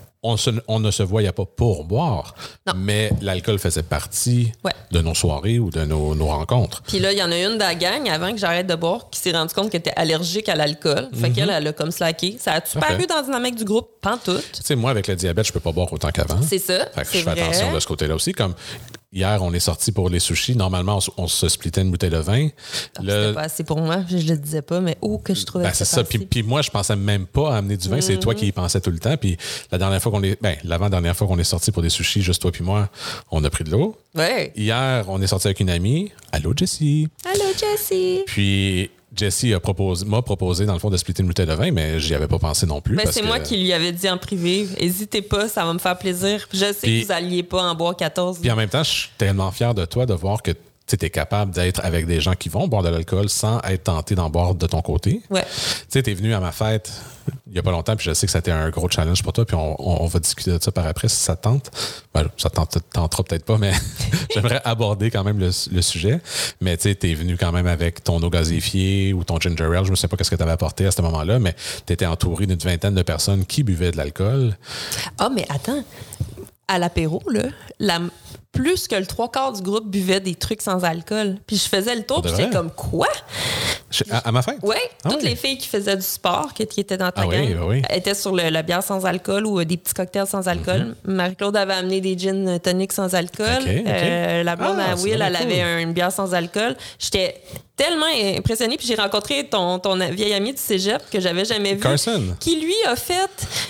A: on ne se voyait pas pour boire, mais l'alcool faisait partie de nos soirées ou de nos rencontres.
B: Puis là, il y en a une de la gang, avant que j'arrête de boire, qui s'est rendu compte qu'elle était allergique à l'alcool. Fait qu'elle, elle a comme slacké. Ça a-tu paru dans la dynamique du groupe? Pantoute.
A: Tu sais, moi, avec le diabète, je peux pas boire autant qu'avant.
B: C'est ça.
A: Fait que je fais attention de ce côté-là aussi. Comme hier, on est sortis pour les sushis. Normalement, on se splittait une bouteille de vin.
B: C'était pas assez pour moi. Je le disais pas, mais que je trouvais
A: c'est ça. Puis moi, je pensais même pas à amener du vin. C'est toi qui y pensais tout le temps. Puis l'avant-dernière fois qu'on est sortis pour des sushis, juste toi puis moi, on a pris de l'eau.
B: Ouais.
A: Hier, on est sortis avec une amie. Allô, Jessie.
B: Allô, Jessie.
A: Puis Jessie m'a proposé, dans le fond, de splitter une bouteille de vin, mais j'y avais pas pensé non plus.
B: Ben, c'est moi qui lui avais dit en privé. Hésitez pas, ça va me faire plaisir. Je sais que vous alliez pas en boire 14.
A: Puis en même temps, je suis tellement fier de toi de voir que tu es capable d'être avec des gens qui vont boire de l'alcool sans être tenté d'en boire de ton côté.
B: Ouais.
A: Tu sais, tu es venu à ma fête il y a pas longtemps, puis je sais que ça a été un gros challenge pour toi, puis on va discuter de ça par après si ça te tente. Ben, ça te tentera peut-être pas, mais j'aimerais aborder quand même le sujet. Mais tu sais, tu es venu quand même avec ton eau gazéfiée ou ton ginger ale, je ne sais pas ce que tu avais apporté à ce moment-là, mais tu étais entouré d'une vingtaine de personnes qui buvaient de l'alcool.
B: Ah, mais attends, à l'apéro, là, plus que le 3/4 du groupe buvait des trucs sans alcool. Puis je faisais le tour, puis j'étais comme, quoi?
A: À ma fête?
B: Oui, toutes les filles qui faisaient du sport, qui étaient dans ta gang, étaient sur la bière sans alcool ou des petits cocktails sans alcool. Marie-Claude avait amené des gin tonic sans alcool. La blonde à Will, elle avait une bière sans alcool. J'étais tellement impressionnée. Puis j'ai rencontré ton vieil ami du cégep que j'avais jamais vu.
A: Carson.
B: Qui, lui, a fait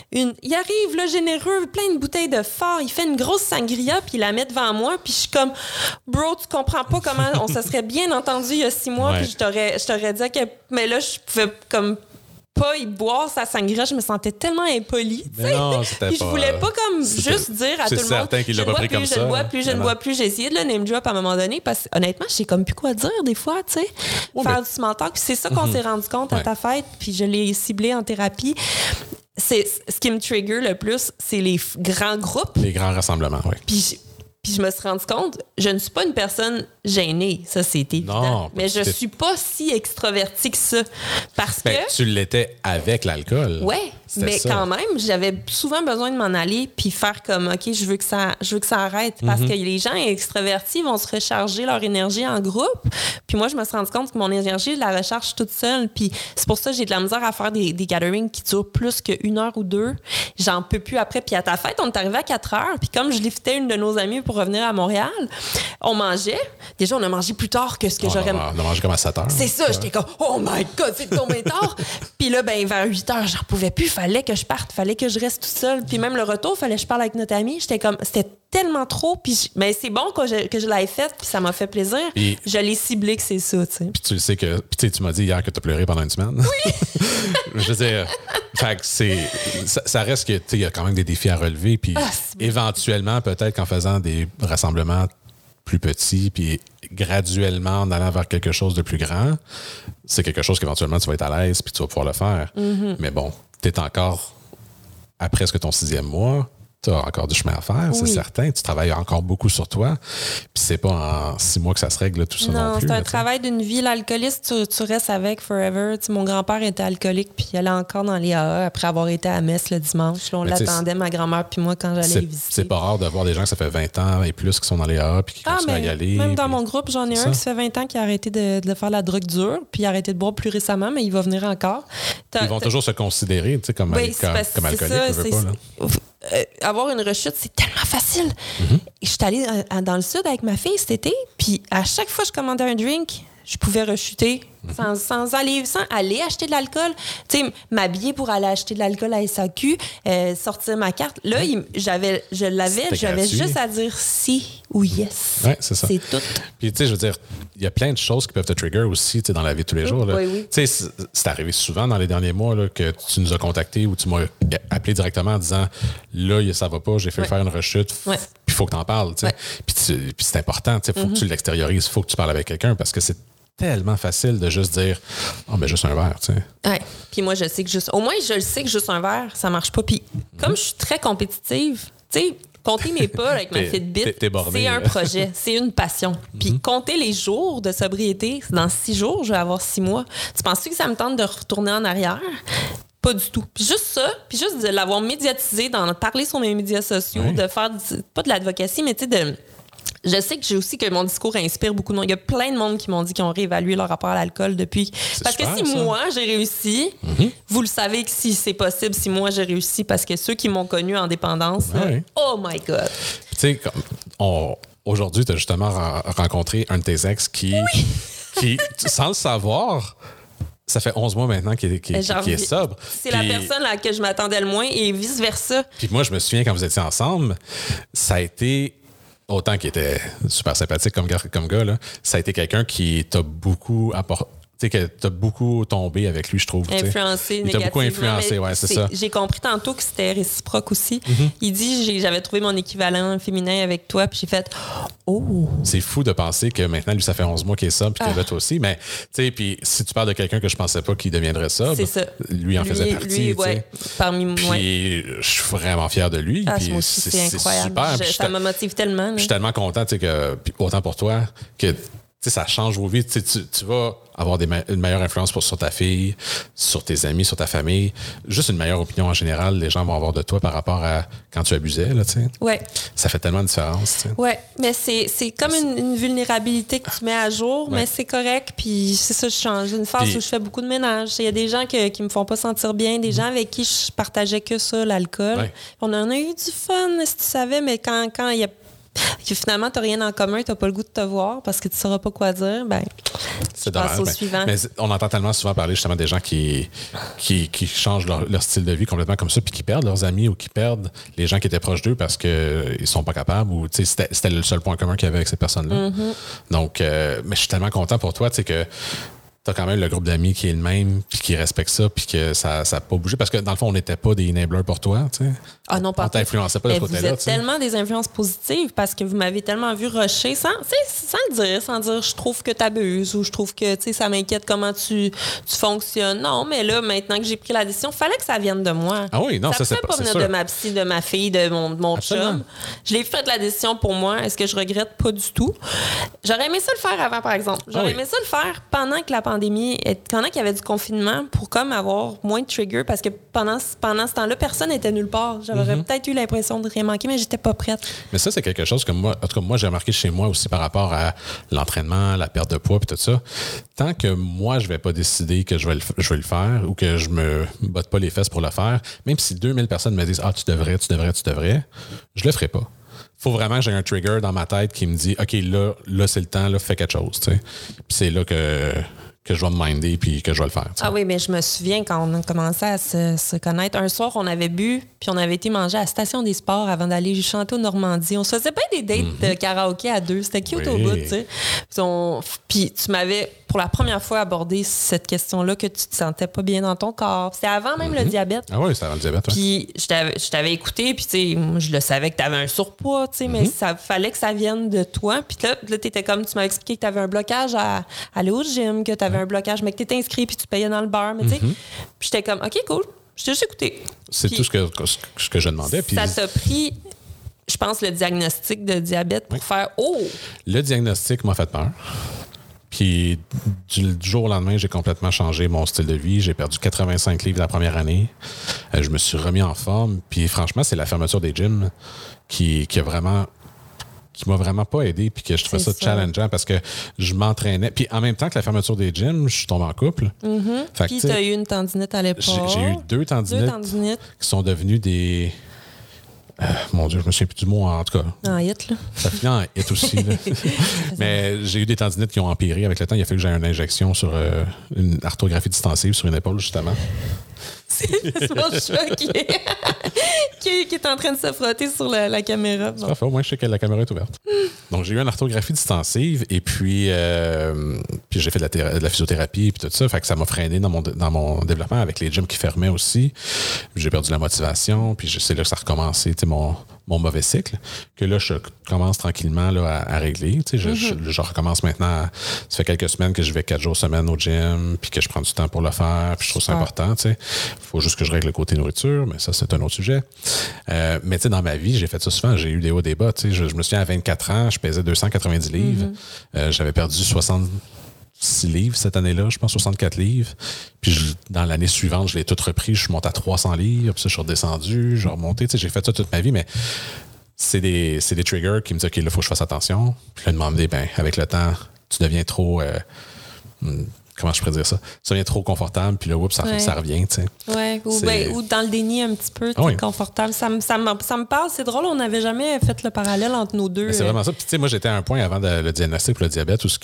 B: il arrive, là, généreux, plein de bouteilles de fort. Il fait une grosse sangria, puis il la met devant moi. Puis je suis comme, bro, tu comprends pas comment on se serait bien entendu il y a 6 mois. Puis je t'aurais dit que... Mais là, je pouvais comme pas y boire sa sangria. Je me sentais tellement impolie.
A: Non, c'était
B: puis je voulais pas comme juste dire à tout le monde.
A: C'est certain qu'il l'a pas pris comme ça.
B: Je ne bois plus. J'ai essayé de le name drop à un moment donné parce que honnêtement, je sais comme plus quoi dire des fois, tu sais. Faire du small talk. Puis c'est ça qu'on s'est rendu compte à ta fête. Puis je l'ai ciblé en thérapie. C'est ce qui me trigger le plus, c'est les grands groupes.
A: Les grands rassemblements, oui.
B: Puis je me suis rendu compte, je ne suis pas une personne gênée, ça c'est évident.
A: Non,
B: mais je suis pas si extravertie que ça. Parce que.
A: Tu l'étais avec l'alcool.
B: Oui, mais ça. Quand même, j'avais souvent besoin de m'en aller puis faire comme OK, je veux que ça arrête. Parce que les gens extravertis vont se recharger leur énergie en groupe. Puis moi, je me suis rendu compte que mon énergie, je la recharge toute seule. Puis c'est pour ça que j'ai de la misère à faire des gatherings qui durent plus qu'une heure ou deux. J'en peux plus après. Puis à ta fête, on est arrivé à 4 heures. Puis comme je liftais une de nos amies pour revenir à Montréal, on mangeait. Déjà, on a mangé plus tard que ce que j'aurais...
A: On a mangé comme à 7 heures.
B: C'est ça, j'étais comme, oh my God, c'est tombé tard. Puis là, ben, vers 8 heures, j'en pouvais plus. Fallait que je parte, fallait que je reste toute seule. Puis même le retour, fallait que je parle avec notre amie. J'étais comme, c'était tellement trop. Puis mais c'est bon que je l'ai faite, puis ça m'a fait plaisir. Puis, je l'ai ciblé que c'est ça, tu sais.
A: Puis tu sais que, puis tu m'as dit hier que tu as pleuré pendant une semaine.
B: Oui!
A: Je veux dire, fait que ça reste que, tu sais, il y a quand même des défis à relever. Puis éventuellement, peut-être qu'en faisant des rassemblements plus petits, puis graduellement en allant vers quelque chose de plus grand, c'est quelque chose qu'éventuellement tu vas être à l'aise, puis tu vas pouvoir le faire. Mais bon, tu es encore à presque ton 6e mois. Tu as encore du chemin à faire, c'est certain. Tu travailles encore beaucoup sur toi. Puis c'est pas en 6 mois que ça se règle tout ça non plus.
B: Non, c'est un travail d'une vie. L'alcoolisme, tu restes avec forever. Tu sais, mon grand-père était alcoolique, puis il allait encore dans les AA après avoir été à Metz le dimanche. Là, on l'attendait, ma grand-mère puis moi, quand j'allais visiter.
A: C'est pas rare de voir des gens que ça fait 20 ans et plus qui sont dans les AA puis qui continuent à y aller.
B: Même dans mon groupe, j'en ai un qui fait 20 ans qui a arrêté de faire la drogue dure, puis il a arrêté de boire plus récemment, mais il va venir encore.
A: Ils vont toujours se considérer comme alcoolique.
B: Avoir une rechute, c'est tellement facile. Je suis allée dans le sud avec ma fille cet été, puis à chaque fois que je commandais un drink, je pouvais rechuter sans aller acheter de l'alcool. Tu sais, m'habiller pour aller acheter de l'alcool à SAQ, sortir ma carte. Là, j'avais juste à dire si ou yes.
A: Ouais, c'est ça.
B: C'est tout.
A: Puis, tu sais, je veux dire, il y a plein de choses qui peuvent te trigger aussi, tu sais, dans la vie de tous les jours. Là.
B: Oui.
A: Tu sais, c'est arrivé souvent dans les derniers mois là, que tu nous as contactés ou tu m'as appelé directement en disant là, ça va pas, j'ai fait faire une rechute, puis il faut que tu en parles. Tu sais. Puis c'est important, tu sais, faut que tu l'extériorises, il faut que tu parles avec quelqu'un parce que c'est tellement facile de juste dire mais juste un verre, tu sais.
B: Ouais. Puis moi, je sais que juste juste un verre, ça marche pas. Puis comme je suis très compétitive, tu sais, compter mes pas avec ma Fitbit, c'est un projet, c'est une passion. Puis compter les jours de sobriété, dans 6 jours, je vais avoir 6 mois. Tu penses-tu que ça me tente de retourner en arrière? Pas du tout. Puis juste ça, puis juste de l'avoir médiatisé, d'en parler sur mes médias sociaux, de faire, pas de l'advocatie, mais tu sais, je sais que mon discours inspire beaucoup de monde. Il y a plein de monde qui m'ont dit qu'ils ont réévalué leur rapport à l'alcool depuis. Parce que si moi, j'ai réussi, vous le savez que si c'est possible, si moi, j'ai réussi, parce que ceux qui m'ont connu en dépendance, oh my God!
A: Tu sais, aujourd'hui, tu as justement rencontré un de tes ex qui, sans le savoir... Ça fait 11 mois maintenant qu'il est sobre.
B: C'est la personne à laquelle je m'attendais le moins et vice-versa.
A: Puis moi, je me souviens, quand vous étiez ensemble, ça a été... Autant qu'il était super sympathique comme gars, là, ça a été quelqu'un qui t'a beaucoup Tu sais, que t'as beaucoup tombé avec lui, je trouve.
B: Influencé négativement.
A: Il t'a beaucoup influencé, ouais, c'est ça.
B: J'ai compris tantôt que c'était réciproque aussi. Il dit, j'avais trouvé mon équivalent féminin avec toi, puis j'ai fait « Oh! »
A: C'est fou de penser que maintenant, lui, ça fait 11 mois qu'il est ça, puis que là, toi aussi. Mais, tu sais, puis si tu parles de quelqu'un que je pensais pas qu'il deviendrait ça,
B: c'est ça.
A: Lui en faisait partie.
B: Lui, ouais, parmi moi.
A: Puis je suis vraiment fier de lui. Puis
B: moi aussi, c'est incroyable.
A: Super.
B: Ça me motive tellement.
A: Je suis tellement content, tu sais, que, autant pour toi, que ça change vos vies. Tu vas avoir une meilleure influence sur ta fille, sur tes amis, sur ta famille. Juste une meilleure opinion en général, les gens vont avoir de toi par rapport à quand tu abusais, là, tu sais.
B: Ouais.
A: Ça fait tellement de différence, tu sais.
B: Ouais, mais c'est comme une vulnérabilité que tu mets à jour, mais c'est correct. Puis c'est ça, je change. Une phase où je fais beaucoup de ménage. Il y a des gens qui me font pas sentir bien, des gens avec qui je partageais que ça, l'alcool. Ouais. On en a eu du fun, si tu savais, mais quand il y a que finalement, tu n'as rien en commun, tu n'as pas le goût de te voir parce que tu ne sauras pas quoi dire, ben,
A: c'est dommage. Au suivant. Mais on entend tellement souvent parler justement des gens qui changent leur style de vie complètement comme ça, puis qui perdent leurs amis ou qui perdent les gens qui étaient proches d'eux parce qu'ils ne sont pas capables ou c'était le seul point commun qu'il y avait avec ces personnes-là. Donc, mais je suis tellement content pour toi, tu sais, que t'as quand même le groupe d'amis qui est le même, puis qui respecte ça, puis que ça n'a pas bougé. Parce que dans le fond, on n'était pas des enablers pour toi, tu sais.
B: Ah non, pas.
A: On t'influençait pas de ce côté-là.
B: Vous êtes tellement des influences positives parce que vous m'avez tellement vu rusher sans dire je trouve que tu abuses ou je trouve que ça m'inquiète comment tu fonctionnes. Non, mais là, maintenant que j'ai pris la décision, il fallait que ça vienne de moi.
A: Ah oui, non, ça c'est
B: pas venir de ma psy, de ma fille, de mon chum. Je l'ai fait la décision pour moi. Est-ce que je regrette? Pas du tout. J'aurais aimé ça le faire avant, par exemple. J'aurais aimé ça le faire pendant que la pandémie, pendant qu'il y avait du confinement, pour comme avoir moins de trigger, parce que pendant ce temps-là, personne n'était nulle part. J'aurais peut-être eu l'impression de rien manquer, mais j'étais pas prête.
A: Mais ça, c'est quelque chose que moi, en tout cas, moi, j'ai remarqué chez moi aussi par rapport à l'entraînement, la perte de poids et tout ça. Tant que moi, je vais pas décider que je vais le faire ou que je me botte pas les fesses pour le faire, même si 2000 personnes me disent « Ah, tu devrais », je le ferai pas. Faut vraiment que j'ai un trigger dans ma tête qui me dit « OK, là c'est le temps, là, fais quelque chose. » Puis c'est là que je vais me minder puis que je vais le faire. T'sais.
B: Ah oui, mais je me souviens quand on a commencé à se connaître. Un soir, on avait bu puis on avait été manger à la Station des Sports avant d'aller chanter au Normandie. On se faisait pas des dates de karaoké à deux. C'était cute au bout, tu sais. Puis tu m'avais, pour la première fois, abordé cette question-là que tu te sentais pas bien dans ton corps. C'était avant même le diabète.
A: Ah oui, c'était avant le diabète.
B: Puis je t'avais écouté puis tu sais, moi, je le savais que tu avais un surpoids, tu sais, mais ça fallait que ça vienne de toi. Puis là tu étais comme, tu m'avais expliqué que tu avais un blocage à aller au gym, que tu avais un blocage, mais que tu étais inscrit puis tu payais dans le beurre. Mais tu sais, puis j'étais comme, OK, cool, je t'ai juste écouté.
A: C'est
B: puis,
A: tout ce que je demandais. Puis
B: ça t'a pris, je pense, le diagnostic de diabète pour faire « Oh! »
A: Le diagnostic m'a fait peur. Puis du jour au lendemain, j'ai complètement changé mon style de vie. J'ai perdu 85 livres la première année. Je me suis remis en forme. Puis franchement, c'est la fermeture des gyms qui m'a vraiment pas aidé puis que je trouvais ça challengeant parce que je m'entraînais. Puis en même temps que la fermeture des gyms, je suis tombé en couple.
B: Puis tu as eu une tendinite à l'époque.
A: J'ai eu deux tendinites qui sont devenues des... mon Dieu, je me souviens plus du mot, en tout cas.
B: En hit, là.
A: Ça finit en hit aussi. Là. Mais j'ai eu des tendinites qui ont empiré avec le temps. Il a fallu que j'aie une injection sur une arthrographie distensive sur une épaule, justement.
B: C'est mon chat qui est en train de se frotter sur la caméra.
A: Bon. Parfait, au moins je sais que la caméra est ouverte. Donc j'ai eu une arthrographie distensive et puis j'ai fait de la physiothérapie et tout ça. Fait que ça m'a freiné dans mon développement avec les gyms qui fermaient aussi. J'ai perdu la motivation. Puis c'est là que ça a recommencé mon mauvais cycle. Que là, je commence tranquillement là, à régler. Je recommence maintenant. Ça fait quelques semaines que je vais 4 jours semaine au gym puis que je prends du temps pour le faire. Puis je trouve ça important. Il faut juste que je règle le côté nourriture, mais ça, c'est un autre sujet. Mais dans ma vie, j'ai fait ça souvent. J'ai eu des hauts, des bas. Je me souviens, à 24 ans, je pesais 290 livres. J'avais perdu 66 livres cette année-là, je pense 64 livres. Puis dans l'année suivante, je l'ai tout repris. Je suis monté à 300 livres. Puis ça, je suis redescendu. J'ai remonté. J'ai fait ça toute ma vie, mais c'est des triggers qui me disent, OK, là, il faut que je fasse attention. Puis là, demander, avec le temps, tu deviens trop... comment je pourrais dire ça? Ça devient trop confortable, puis là, ça revient, tu sais.
B: Ouais, ou dans le déni un petit peu, confortable. Ça me parle, c'est drôle, on n'avait jamais fait le parallèle entre nos deux.
A: Mais c'est vraiment ça. Puis, tu sais, moi, j'étais à un point avant le diagnostic pour le diabète où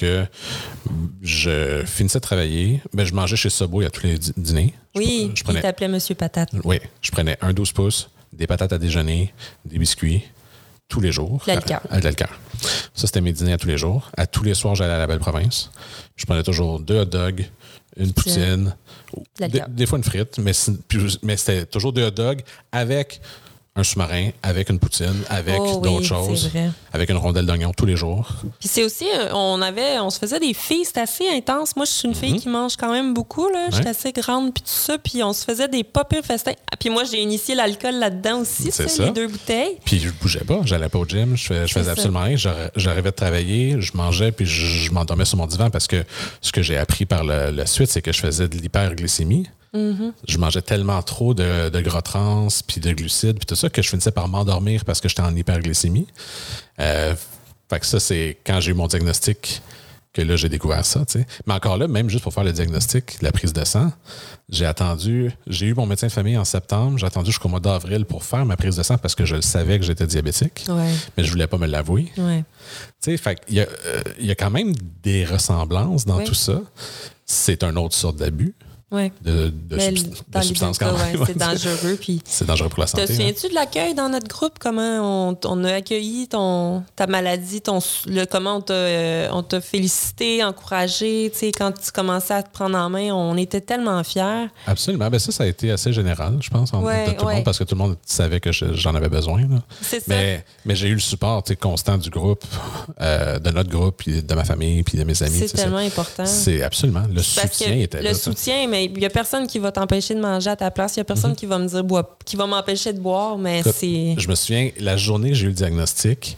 A: je finissais de travailler, je mangeais chez Subway à tous les dîners.
B: Oui, il t'appelait Monsieur Patate.
A: Oui, je prenais un 12 pouces, des patates à déjeuner, des biscuits, tous les jours.
B: De
A: l'alcool. Ça, c'était mes dîners à tous les jours. À tous les soirs, j'allais à la Belle Province. Je prenais toujours 2 hot dogs, une poutine.
B: La
A: Des fois une frite, mais c'était toujours des hot dogs avec un sous-marin, avec une poutine, avec d'autres choses, avec une rondelle d'oignon tous les jours.
B: Puis c'est aussi, on se faisait des feasts assez intenses. Moi, je suis une fille qui mange quand même beaucoup, là. J'étais assez grande, puis tout ça. Puis on se faisait des pas pires festins. Puis moi, j'ai initié l'alcool là-dedans aussi, les 2 bouteilles.
A: Puis je bougeais pas, j'allais pas au gym, je faisais absolument rien. J'arrivais de travailler, je mangeais, puis je m'endormais sur mon divan parce que ce que j'ai appris par la suite, c'est que je faisais de l'hyperglycémie. Je mangeais tellement trop de gras trans puis de glucides puis tout ça que je finissais par m'endormir parce que j'étais en hyperglycémie. Fait que ça, c'est quand j'ai eu mon diagnostic que là, j'ai découvert ça. T'sais. Mais encore là, même juste pour faire le diagnostic, la prise de sang, j'ai eu mon médecin de famille en septembre, j'ai attendu jusqu'au mois d'avril pour faire ma prise de sang parce que je savais que j'étais diabétique, mais je voulais pas me l'avouer. Fait qu'il y a quand même des ressemblances dans tout ça. C'est une autre sorte d'abus. De substances quand même.
B: C'est dangereux. Puis
A: c'est dangereux pour la santé.
B: Te souviens-tu de l'accueil dans notre groupe? Comment on a accueilli ta maladie, comment on t'a félicité, encouragé, quand tu commençais à te prendre en main, on était tellement fiers.
A: Absolument. Ben ça a été assez général, je pense, de tout le monde, parce que tout le monde savait que j'en avais besoin. Là.
B: C'est ça.
A: Mais j'ai eu le support constant du groupe, de notre groupe, puis de ma famille, puis de mes amis.
B: C'est tellement important.
A: C'est absolument. Le soutien était là.
B: Le soutien, mais il n'y a personne qui va t'empêcher de manger à ta place. Il n'y a personne qui va me dire qui va m'empêcher de boire, mais c'est...
A: Je me souviens, la journée que j'ai eu le diagnostic,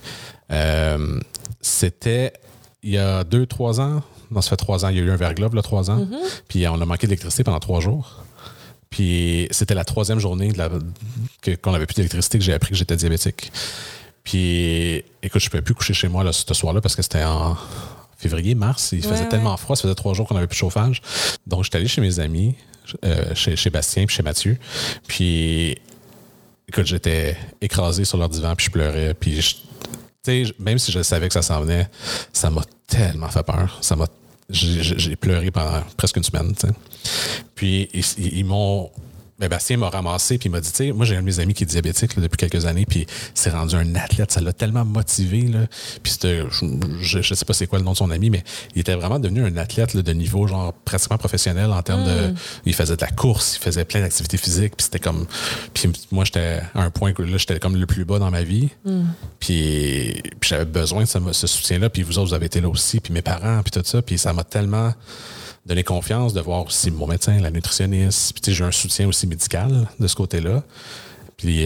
A: c'était il y a 2-3 ans. Non, ça fait 3 ans. Il y a eu un verglas, là, 3 ans. Puis on a manqué d'électricité pendant 3 jours. Puis c'était la 3e journée qu'on n'avait plus d'électricité que j'ai appris que j'étais diabétique. Puis, écoute, je ne pouvais plus coucher chez moi là, ce soir-là parce que c'était en février, mars. Il faisait tellement froid. Ça faisait 3 jours qu'on n'avait plus de chauffage. Donc, j'étais allé chez mes amis, chez Bastien puis chez Mathieu. Puis, écoute, j'étais écrasé sur leur divan puis je pleurais. Puis, même si je savais que ça s'en venait, ça m'a tellement fait peur. J'ai pleuré pendant presque une semaine. T'sais. Puis, ils m'ont... Ben, Bastien m'a ramassé puis il m'a dit, tu sais, moi j'ai un de mes amis qui est diabétique là, depuis quelques années puis c'est rendu un athlète, ça l'a tellement motivé là. Puis je sais pas c'est quoi le nom de son ami, mais il était vraiment devenu un athlète là, de niveau genre pratiquement professionnel en termes de, il faisait de la course, il faisait plein d'activités physiques puis c'était comme, puis moi j'étais à un point que là j'étais comme le plus bas dans ma vie, puis j'avais besoin de ce soutien là puis vous autres vous avez été là aussi puis mes parents puis tout ça puis ça m'a tellement donner confiance, de voir aussi mon médecin, la nutritionniste. Puis, j'ai un soutien aussi médical de ce côté-là. Puis,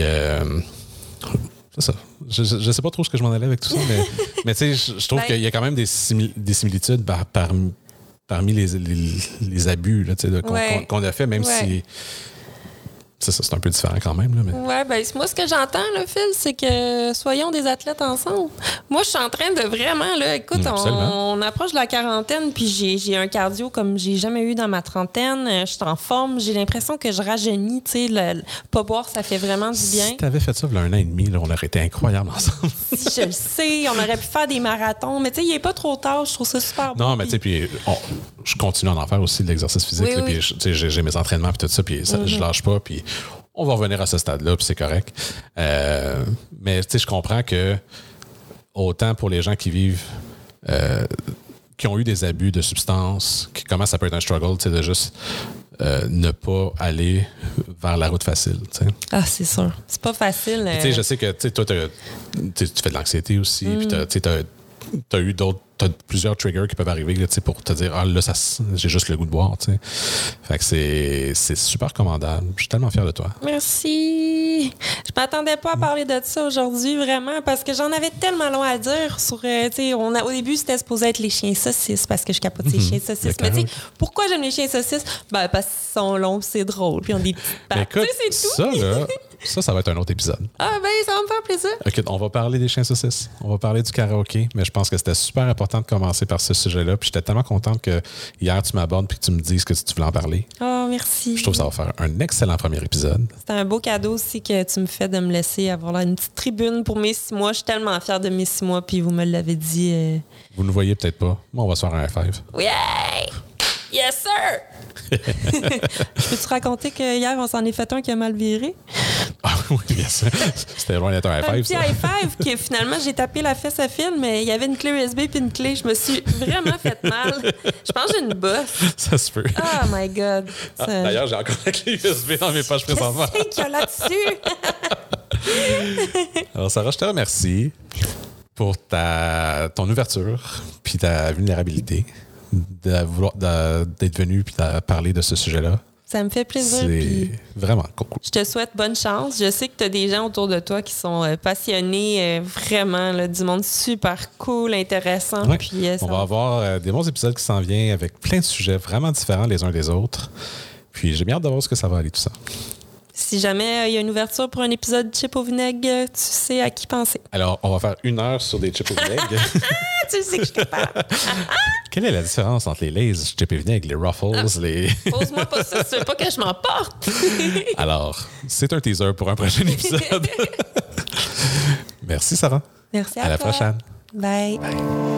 A: c'est ça. Je sais pas trop ce que je m'en allais avec tout ça, mais tu sais, je trouve qu'il y a quand même des similitudes parmi les abus là, qu'on a fait, même si... C'est ça, c'est un peu différent quand même. Là, mais...
B: Oui, ben moi, ce que j'entends, là, Phil, c'est que soyons des athlètes ensemble. Moi, je suis en train de vraiment, là, écoute, on approche de la quarantaine, puis j'ai un cardio comme j'ai jamais eu dans ma trentaine. Je suis en forme, j'ai l'impression que je rajeunis, tu sais, pas boire, ça fait vraiment du bien. Si
A: t'avais fait ça il y a 1 an et demi, là, on aurait été incroyable ensemble.
B: Je le sais, on aurait pu faire des marathons, mais tu sais, il n'est pas trop tard, je trouve ça super beau.
A: Non, mais tu sais, puis je continue à en faire aussi de l'exercice physique, là, puis j'ai mes entraînements, puis tout ça, puis je lâche pas, puis on va revenir à ce stade-là, puis c'est correct. Mais tu sais, je comprends que autant pour les gens qui vivent, qui ont eu des abus de substances, comment ça peut être un struggle, tu sais, de juste ne pas aller vers la route facile, tu sais.
B: Ah, c'est sûr. C'est pas facile.
A: Tu sais, je sais que toi, tu fais de l'anxiété aussi, puis t'as eu plusieurs triggers qui peuvent arriver là, pour te dire, ah là, j'ai juste le goût de boire. T'sais. Fait que c'est super commandable. Je suis tellement fier de toi.
B: Merci. Je m'attendais pas à parler de ça aujourd'hui, vraiment, parce que j'en avais tellement long à dire sur. Au début, c'était supposé être les chiens saucisses, parce que je capote ces chiens saucisses. Mais pourquoi j'aime les chiens saucisses? Ben, parce qu'ils sont longs, c'est drôle, puis ils ont des petites pattes.
A: Écoute, c'est tout. Ça, là. Ça va être un autre épisode.
B: Ah ben, ça va me faire plaisir.
A: OK, on va parler des chiens saucisses. On va parler du karaoké, mais je pense que c'était super important de commencer par ce sujet-là. Puis j'étais tellement contente que hier, tu m'abordes puis que tu me dises que tu voulais en parler.
B: Oh, merci.
A: Je trouve que ça va faire un excellent premier épisode.
B: C'est un beau cadeau aussi que tu me fais de me laisser avoir là une petite tribune pour mes 6 mois. Je suis tellement fière de mes 6 mois, puis vous me l'avez dit.
A: Vous ne voyez peut-être pas. Moi, on va se faire un F5.
B: Oui! Yes, sir! Je peux-tu raconter qu'hier, on s'en est fait un qui a mal viré?
A: Ah, Oui, bien sûr. C'était loin d'être un high
B: Un
A: five,
B: petit
A: ça.
B: high five que finalement, j'ai tapé la fesse à Phil, mais il y avait une clé USB puis une clé. Je me suis vraiment fait mal. Je pense que j'ai une bosse.
A: Ça se peut.
B: Oh my God.
A: D'ailleurs, j'ai encore la clé USB dans mes poches présentement.
B: Qu'est-ce qu'il y a là-dessus?
A: Alors, Sarah, je te remercie pour ton ouverture puis ta vulnérabilité d'être venue puis de parler de ce sujet-là.
B: Ça me fait plaisir.
A: C'est
B: Puis
A: vraiment cool.
B: je te souhaite bonne chance. Je sais que tu as des gens autour de toi qui sont passionnés, vraiment, là, du monde super cool, intéressant.
A: Ouais.
B: Puis,
A: On va avoir des bons épisodes qui s'en viennent avec plein de sujets vraiment différents les uns des autres. Puis j'ai bien hâte de voir ce que ça va aller tout ça.
B: Si jamais il y a une ouverture pour un épisode de Chips au vinaigre, tu sais à qui penser.
A: Alors, on va faire 1 heure sur des chips au vinaigre.
B: Tu sais que je suis capable.
A: Quelle est la différence entre les Lay's, chips et vinaigre, les Ruffles, les...
B: Pose-moi pas ça, tu veux pas que je m'emporte.
A: Alors, c'est un teaser pour un prochain épisode. Merci, Sarah.
B: Merci à
A: la
B: toi.
A: prochaine.
B: Bye.
A: Bye.